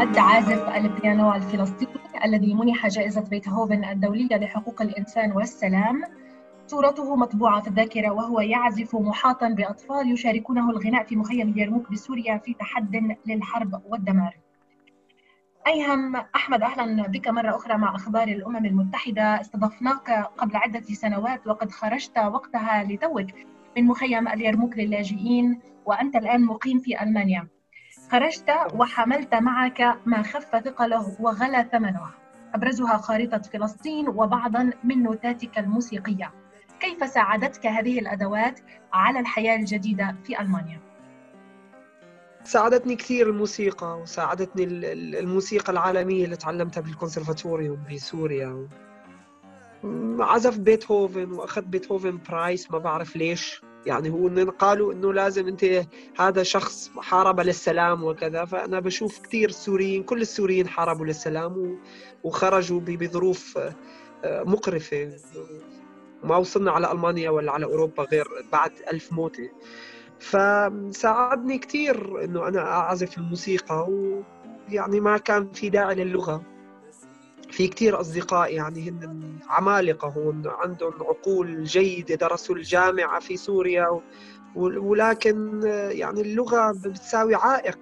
محمد عازف البيانو الفلسطيني الذي منح جائزة بيتهوفن الدولية لحقوق الإنسان والسلام. صورته مطبوعة في الذاكرة وهو يعزف محاطاً بأطفال يشاركونه الغناء في مخيم اليرموك بسوريا في تحد للحرب والدمار. أيهم أحمد، أهلاً بك مرة أخرى مع أخبار الأمم المتحدة. استضفناك قبل عدة سنوات وقد خرجت وقتها لتوك من مخيم اليرموك للاجئين، وأنت الآن مقيم في ألمانيا. خرجت وحملت معك ما خف ثقله وغلى ثمنه، أبرزها خارطة فلسطين وبعضاً من نوتاتك الموسيقية. كيف ساعدتك هذه الأدوات على الحياة الجديدة في ألمانيا؟ ساعدتني كثير الموسيقى، وساعدتني الموسيقى العالمية اللي تعلمتها بالكونسرفاتوريوم بسوريا. عزف بيتهوفن وأخذ بيتهوفن برايس، ما بعرف ليش. يعني هو قالوا إنه لازم أنت هذا شخص حارب للسلام وكذا. فأنا بشوف كثير سوريين، كل السوريين حاربوا للسلام وخرجوا بظروف مقرفة. ما وصلنا على ألمانيا ولا على أوروبا غير بعد 1000 موتة. فساعدني كثير إنه أنا أعزف الموسيقى، ويعني ما كان في داعي للغة. في كتير أصدقاء يعني هن عمالقة هون، عندهم عقول جيدة، درسوا الجامعة في سوريا، ولكن يعني اللغة بتساوي عائق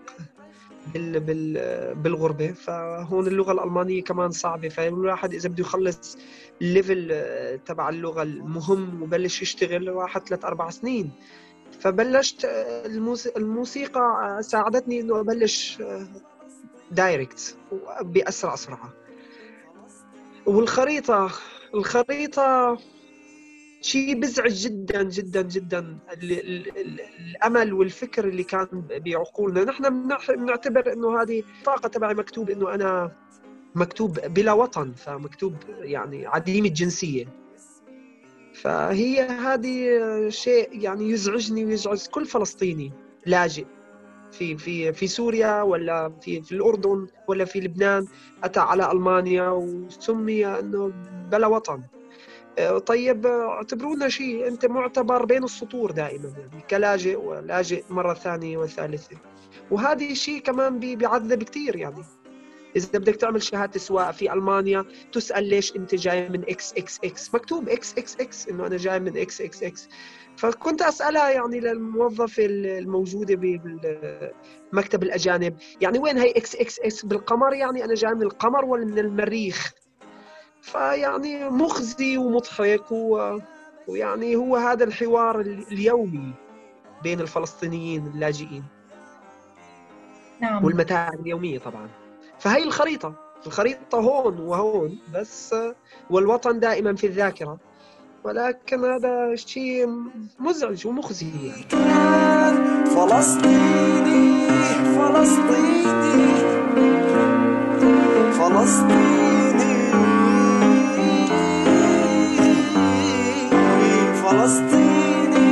بالغربة. فهون اللغة الألمانية كمان صعبة، فالواحد إذا بده يخلص الليفل تبع اللغة المهم وبلش يشتغل، واحد 3-4 سنين. فبلشت الموسيقى ساعدتني إنه أبلش دايركت بأسرع سرعة. والخريطة شيء بزعج جدا جدا جدا. الأمل والفكر اللي كان بعقولنا، نحن بنعتبر إنه هذه الطاقة تبعي مكتوب إنه أنا مكتوب بلا وطن، فمكتوب يعني عديم الجنسية. فهي هذه شيء يعني يزعجني ويزعج كل فلسطيني لاجئ في سوريا ولا في الأردن ولا في لبنان، أتى على ألمانيا وسمي أنه بلا وطن. طيب اعتبرونا شيء، أنت معتبر بين السطور دائما، يعني كلاجئ ولاجئ مرة ثانية وثالثة. وهذه شيء كمان بيعذب كتير. يعني إذا بدك تعمل شهادة سواقة في ألمانيا، تسأل ليش أنت جاي من إكس إكس إكس، مكتوب إكس إكس إكس إنه أنا جاي من إكس إكس إكس. فكنت أسألها يعني للموظفة الموجودة بمكتب الأجانب، يعني وين هي إكس إكس إكس بالقمر؟ يعني أنا جاي من القمر ولا من المريخ؟ فيعني مخزي ومضحك ويعني هو هذا الحوار اليومي بين الفلسطينيين اللاجئين. نعم. والمتاعب اليومية طبعا. فهي الخريطة هون وهون بس، والوطن دائما في الذاكرة. ولكن هذا شيء مزعج ومخزي يعني. فلسطيني فلسطيني فلسطيني فلسطيني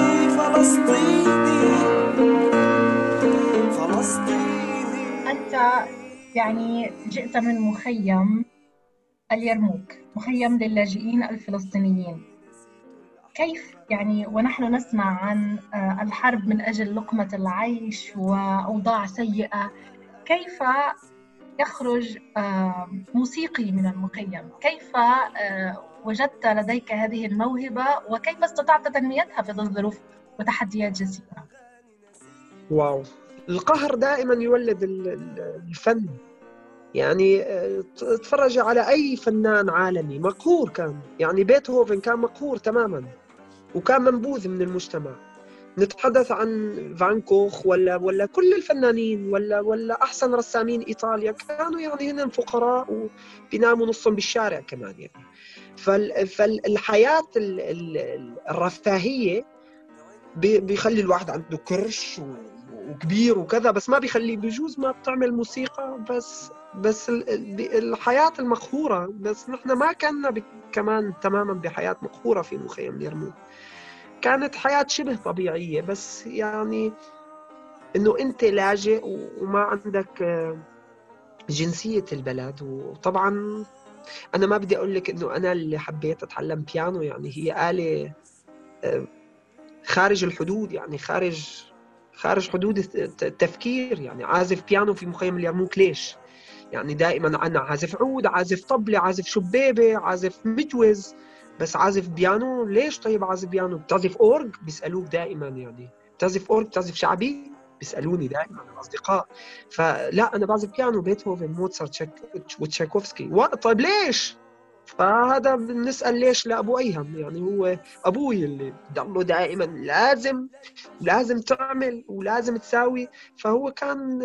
فلسطيني. أنت يعني جئت من مخيم اليرموك، مخيم للاجئين الفلسطينيين. كيف يعني ونحن نسمع عن الحرب من أجل لقمة العيش وأوضاع سيئة، كيف يخرج موسيقي من المخيم؟ كيف وجدت لديك هذه الموهبة وكيف استطعت تنميتها في ظل ظروف وتحديات جسيمة؟ واو، القهر دائما يولد الفن. يعني تفرج على أي فنان عالمي مقهور كان، يعني بيتهوفن كان مقهور تماما وكان منبوذ من المجتمع. نتحدث عن فان كوخ ولا كل الفنانين ولا أحسن رسامين إيطاليا، كانوا يعني هن فقراء وبيناموا نصهم بالشارع كمان. يعني فالحياة الرفاهية بيخلي الواحد عنده كرش وكبير وكذا، بس ما بيخليه بيجوز ما بتعمل موسيقى. بس الحياة المقهورة، بس نحن ما كنا كمان تماما بحياة مقهورة في مخيم اليرموك. كانت حياة شبه طبيعية، بس يعني إنه أنت لاجئ وما عندك جنسية البلد. وطبعا أنا ما بدي أقول لك إنه أنا اللي حبيت أتعلم بيانو، يعني هي آلة خارج الحدود، يعني خارج حدود التفكير. يعني عازف بيانو في مخيم اليرموك ليش؟ يعني دائما أنا عازف عود، عازف طبلة، عازف شبيبة، عازف مجوز، بس عازف بيانو ليش؟ طيب عازف بيانو، بتعزف أورج؟ بيسألوك دائما يعني بتعزف أورج، بتعزف شعبي؟ بيسألوني دائما الأصدقاء. فلا أنا بعزف بيانو، بيتهوفن، موتسارت، وتشايكوفسكي. طيب ليش؟ فهذا بنسأل ليش لأبو أيهم، يعني هو أبوي اللي ضله دائما لازم تعمل ولازم تساوي. فهو كان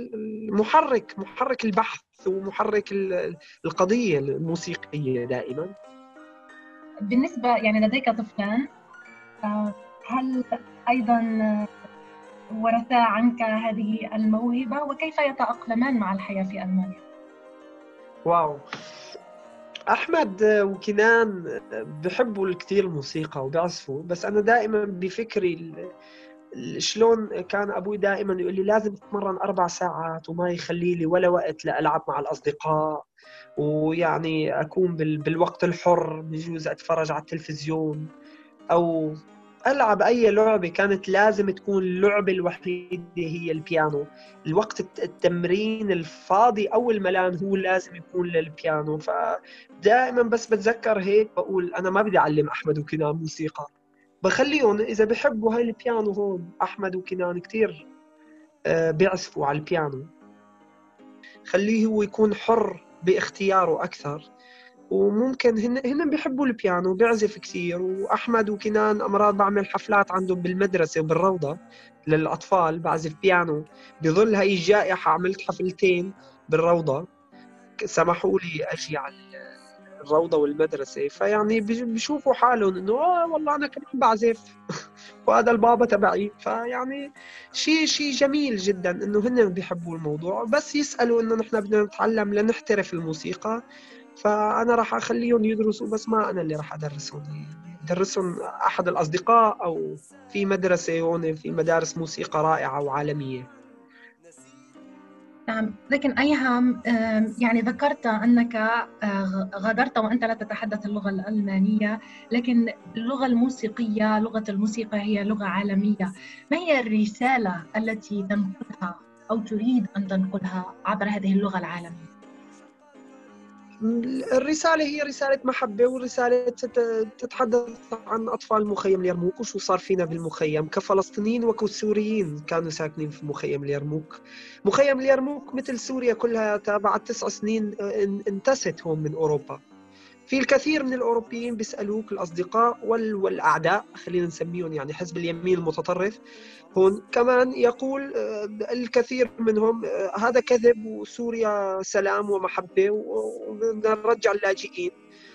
محرك البحث ومحرك القضية الموسيقية دائما. بالنسبة يعني لديك طفلان، هل أيضا ورثا عنك هذه الموهبة، وكيف يتأقلمان مع الحياة في ألمانيا؟ واو، أحمد وكنان بحبوا كثير الموسيقى وبيعزفوا، بس أنا دائما بفكري شلون كان أبوي دائما يقول لي لازم تتمرن 4 ساعات وما يخلي لي ولا وقت لألعب مع الأصدقاء، ويعني أكون بالوقت الحر بجوز أتفرج على التلفزيون أو ألعب أي لعبة. كانت لازم تكون اللعبة الوحيدة هي البيانو. الوقت التمرين الفاضي أو الملان هو لازم يكون للبيانو. فدائما بس بتذكر هيك بقول أنا ما بدي أعلم أحمد وكنان موسيقى، بخليهم إذا بحبوا هاي البيانو. هون أحمد وكنان كتير بيعزفوا على البيانو، خليه هو يكون حر باختياره أكثر. وممكن هن بيحبوا البيانو، بيعزف كثير. وأحمد وكنان أمرات بعمل حفلات عندهم بالمدرسة وبالروضة للأطفال، بعزف بيانو. بظل هاي الجائحة عملت حفلتين بالروضة، سمحوا لي أجي على الروضة والمدرسة. فيعني بيشوفوا حالهم إنه والله أنا كمان بعزف وهذا البابا تبعي. فيعني شيء جميل جدا إنه هن بيحبوا الموضوع، بس يسألوا إنه نحن بدنا نتعلم لنحترف الموسيقى. فأنا راح أخليهم يدرسوا، بس ما أنا اللي راح أدرسهم، يعني درسهم أحد الأصدقاء أو في مدرسة هون، في مدارس موسيقى رائعة وعالمية. نعم، لكن أيهم يعني ذكرت أنك غادرت وأنت لا تتحدث اللغة الألمانية، لكن اللغة الموسيقية، لغة الموسيقى هي لغة عالمية. ما هي الرسالة التي تنقلها أو تريد أن تنقلها عبر هذه اللغة العالمية؟ الرسالة هي رسالة محبة، ورسالة تتحدث عن أطفال مخيم اليرموك وشو صار فينا بالمخيم كفلسطينيين وكسوريين كانوا ساكنين في مخيم اليرموك. مخيم اليرموك مثل سوريا كلها بعد 9 سنين انتست هون من أوروبا. في الكثير من الأوروبيين بيسألوك الأصدقاء والأعداء، خلينا نسميهم يعني حزب اليمين المتطرف هون كمان، يقول الكثير منهم هذا كذب، وسوريا سلام ومحبة وبدنا نرجع اللاجئين.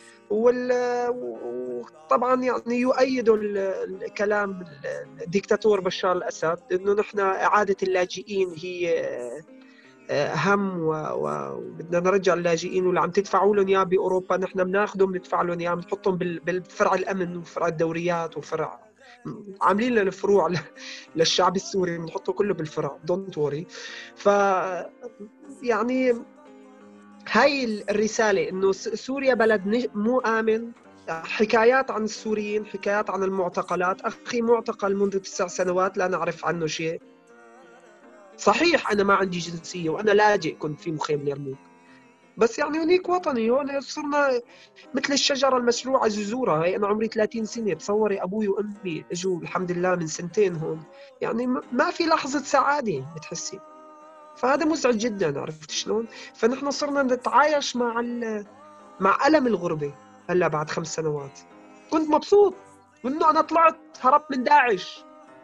وطبعا يعني يؤيدوا الكلام الدكتاتور بشار الأسد إنه نحن إعادة اللاجئين هي هم، وبدنا نرجع اللاجئين، واللي عم تدفعوا لهم اياه باوروبا نحن بناخذهم بندفع لهم اياه، بنحطهم بالفرع الامن وفرع الدوريات وفرع، عاملين لنا فروع للشعب السوري بنحطه كله بالفرع، دونت وري. ف يعني هاي الرساله انه سوريا بلد مو امن. حكايات عن السوريين، حكايات عن المعتقلات. اخي معتقل منذ 9 سنوات لا نعرف عنه شيء. صحيح أنا ما عندي جنسية وأنا لاجئ كنت في مخيم اليرموك، بس يعني هنيك وطني. هون صرنا مثل الشجرة المزروعة جذورها. هي أنا عمري 30 سنة، تصوري أبوي وأمي إجوا الحمد لله من 2 سنين هون، يعني ما في لحظة سعادة بتحسي. فهذا مزعج جدا، عرفت شلون؟ فنحن صرنا نتعايش مع ألم الغربة. هلا بعد 5 سنوات كنت مبسوط إنه أنا طلعت هربت من داعش،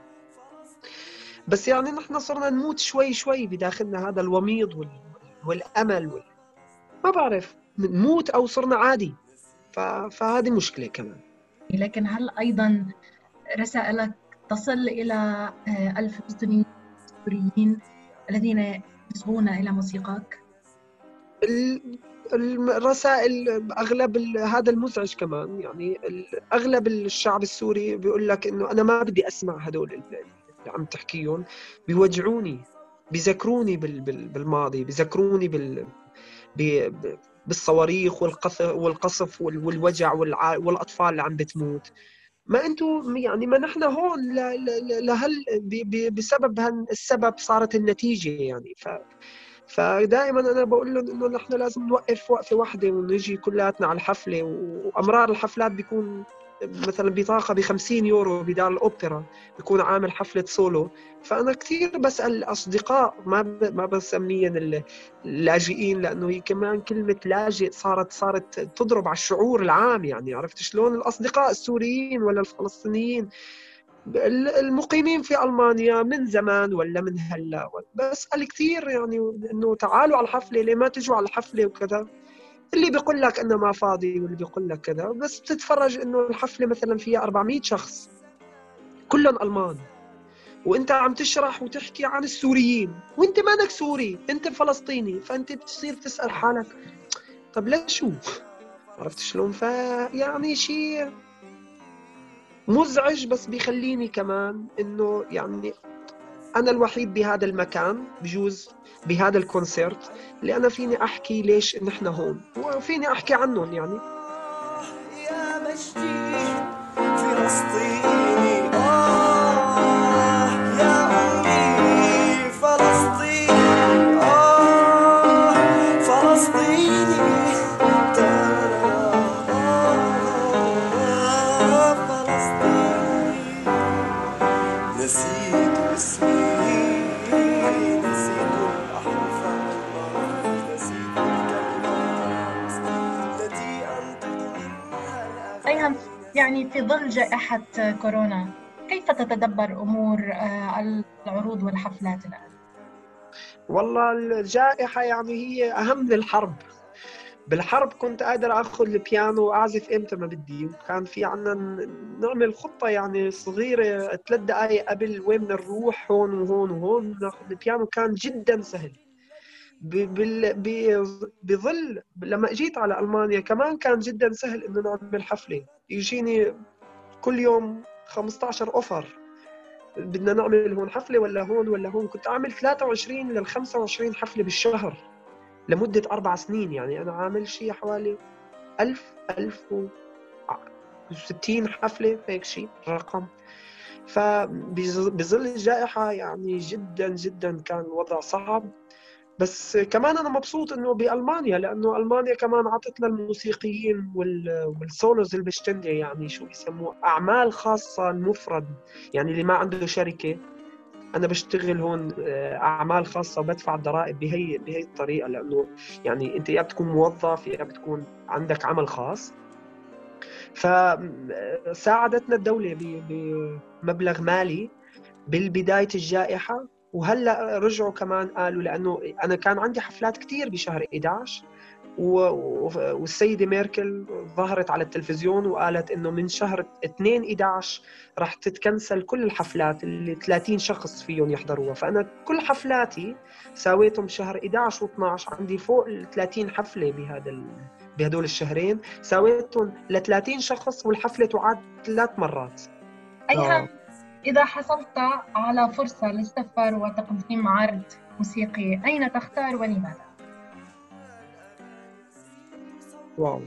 بس يعني نحن صرنا نموت شوي شوي بداخلنا هذا الوميض والأمل ما بعرف نموت أو صرنا عادي. فهذه مشكلة كمان. لكن هل أيضا رسائلك تصل إلى الفلسطينيين السوريين الذين يصغون إلى موسيقاك؟ الرسائل أغلب هذا المزعج كمان، يعني أغلب الشعب السوري بيقول لك إنه أنا ما بدي أسمع هدول اللي عم تحكيهم، بيوجعوني، بيذكروني بالماضي، بيذكروني بالصواريخ والقصف والوجع والأطفال اللي عم بتموت. ما أنتم يعني ما نحن هون بسبب السبب صارت النتيجة يعني. فدائما انا بقول لهم انه نحن لازم نوقف وقفه واحده ونجي كلياتنا على الحفله، وامرار الحفلات بيكون مثلا بطاقه ب 50 يورو بدار الاوبرا، بيكون عامل حفله سولو. فانا كثير بسال الاصدقاء، ما بسميهم اللاجئين، لانه هي كمان كلمه لاجئ صارت تضرب على الشعور العام. يعني عرفت شلون؟ الاصدقاء السوريين ولا الفلسطينيين المقيمين في ألمانيا من زمان ولا من هلا، بسأل كثير يعني إنه تعالوا على الحفلة، ليه ما تجوا على الحفلة وكذا. اللي بيقول لك أنا ما فاضي، واللي بيقول لك كذا. بس بتتفرج إنه الحفلة مثلا فيها 400 شخص كلهم ألمان، وانت عم تشرح وتحكي عن السوريين، وانت مانك سوري، انت فلسطيني. فانت بتصير تسأل حالك طب ليش؟ عرفت شلون؟ فيعني شيء مزعج، بس بيخليني كمان انه يعني أنا الوحيد بهذا المكان، بجوز بهذا الكونسرت، اللي أنا فيني أحكي ليش نحن هون، وفيني أحكي عنهم. يعني يا مجدي فلسطيني، يا أمي فلسطيني، فلسطيني، فلسطيني. نسيت اسمي، نسيت الأحرف، نسيت الكلمات التي أنطق منها أيهم، الأغاني. يعني في ظل جائحة كورونا كيف تتدبر أمور العروض والحفلات الآن؟ والله الجائحة يعني هي أهم من الحرب. بالحرب كنت قادر أخذ البيانو وأعزف إمتى ما بدي، وكان في عنا نعمل خطة يعني صغيرة 3 دقايق قبل وين بدنا نروح، هون وهون وهون ناخذ البيانو. كان جدا سهل. بظل لما اجيت على المانيا كمان كان جدا سهل انه نعمل حفله. يجيني كل يوم 15 اوفر، بدنا نعمل هون حفله ولا هون ولا هون. كنت اعمل 23 لل 25 حفله بالشهر لمده 4 سنين. يعني انا عامل شيء حوالي 1060 حفله، هيك شيء رقم. فبظل الجائحه يعني جدا جدا كان الوضع صعب. بس كمان أنا مبسوط إنه بألمانيا، لأنه ألمانيا كمان عطتنا الموسيقيين والسولوز اللي بيشتغلوا، يعني شو بيسموه، أعمال خاصة المفرد. يعني اللي ما عنده شركة، أنا بشتغل هون أعمال خاصة وبدفع الضرائب بهي الطريقة. لأنه يعني أنت يا بتكون موظف يا بتكون عندك عمل خاص. فساعدتنا الدولة بمبلغ مالي بالبداية الجائحة، وهلا رجعوا كمان قالوا، لانه انا كان عندي حفلات كثير بشهر 11 والسيدة ميركل ظهرت على التلفزيون وقالت انه من شهر 2 11 راح تتكنسل كل الحفلات اللي 30 شخص فيهم يحضروها. فانا كل حفلاتي سويتهم شهر 11 و12، عندي فوق ال 30 حفلة بهدول الشهرين، سويتهم ل 30 شخص، والحفلة تعاد 3 مرات. أيهم، إذا حصلت على فرصة للسفر وتقديم عرض موسيقي أين تختار ولماذا؟ واو،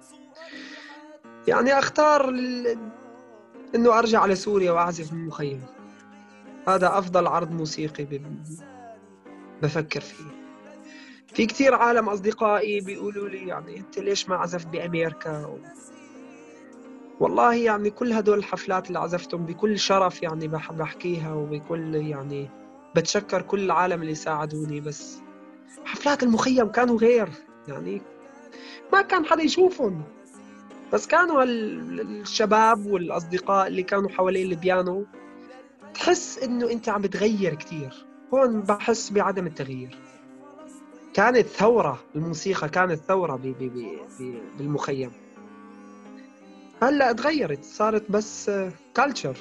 يعني اختار انه ارجع على سوريا واعزف من المخيم. هذا افضل عرض موسيقي بفكر فيه. في كثير عالم اصدقائي بيقولوا لي يعني انت ليش ما عزفت بامريكا والله يعني كل هدول الحفلات اللي عزفتهم بكل شرف يعني بحكيها، وبكل يعني بتشكر كل العالم اللي ساعدوني. بس حفلات المخيم كانوا غير، يعني ما كان حدا يشوفهم، بس كانوا الشباب والأصدقاء اللي كانوا حوالين البيانو. تحس إنه أنت عم بتغير كتير. هون بحس بعدم التغيير. كانت ثورة، الموسيقى كانت ثورة بالمخيم. هلأ تغيرت، صارت بس كالتشر.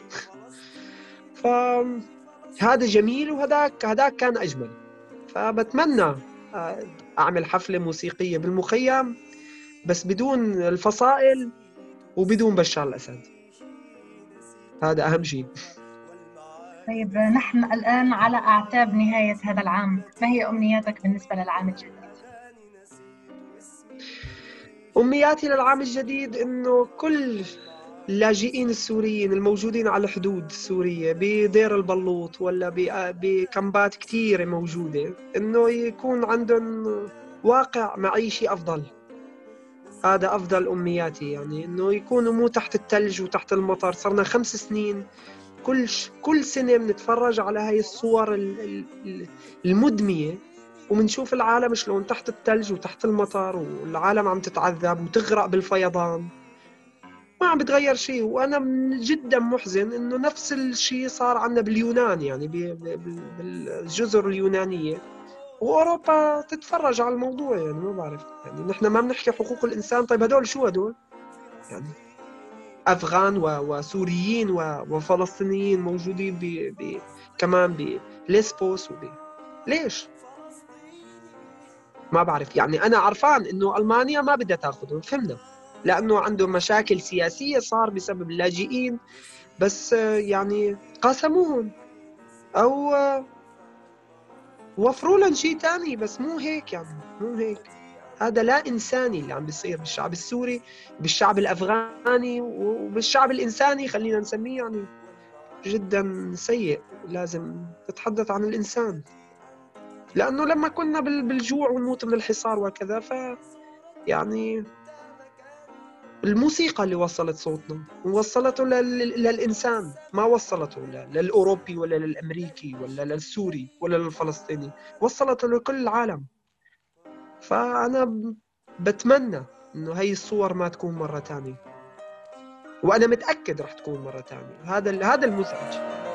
فهذا جميل، هداك كان أجمل. فبتمنى أعمل حفلة موسيقية بالمخيم، بس بدون الفصائل وبدون بشار الأسد. هذا أهم شيء. طيب، نحن الآن على أعتاب نهاية هذا العام، ما هي أمنياتك بالنسبة للعام الجديد؟ أمنياتي للعام الجديد إنه كل اللاجئين السوريين الموجودين على الحدود السورية بدير البلوط ولا بكامبات كتيرة موجودة، إنه يكون عندهم واقع معيشي أفضل. هذا أفضل أمنياتي، يعني إنه يكونوا مو تحت الثلج وتحت المطر. صرنا 5 سنين كل سنة بنتفرج على هاي الصور المدمية، ومنشوف العالم شلون تحت الثلج وتحت المطر، والعالم عم تتعذب وتغرق بالفيضان، ما عم بتغير شيء. وأنا جدا محزن إنه نفس الشيء صار عندنا باليونان، يعني بالجزر اليونانية، وأوروبا تتفرج على الموضوع. يعني ما بعرف، يعني نحن ما بنحكي حقوق الإنسان. طيب هدول شو هدول؟ يعني أفغان وسوريين وفلسطينيين موجودين كمان بليسبوس ليش؟ ما بعرف. يعني أنا عرفان إنه ألمانيا ما بدها تاخذهم، فهمنا، لأنه عندهم مشاكل سياسية صار بسبب اللاجئين، بس يعني قاسموهم أو وفروا لهم شيء تاني، بس مو هيك. يعني مو هيك. هذا لا إنساني اللي عم بيصير بالشعب السوري، بالشعب الأفغاني، وبالشعب الإنساني خلينا نسميه، يعني جدا سيء. لازم نتحدث عن الإنسان، لأنه لما كنا بالجوع ونموت من الحصار وكذا، يعني الموسيقى اللي وصلت صوتنا ووصلته للإنسان، ما وصلته للأوروبي ولا للأمريكي ولا للسوري ولا للفلسطيني، وصلته لكل العالم. فأنا بتمنى إنه هاي الصور ما تكون مرة تانية، وأنا متأكد رح تكون مرة تانية. هذا المزعج.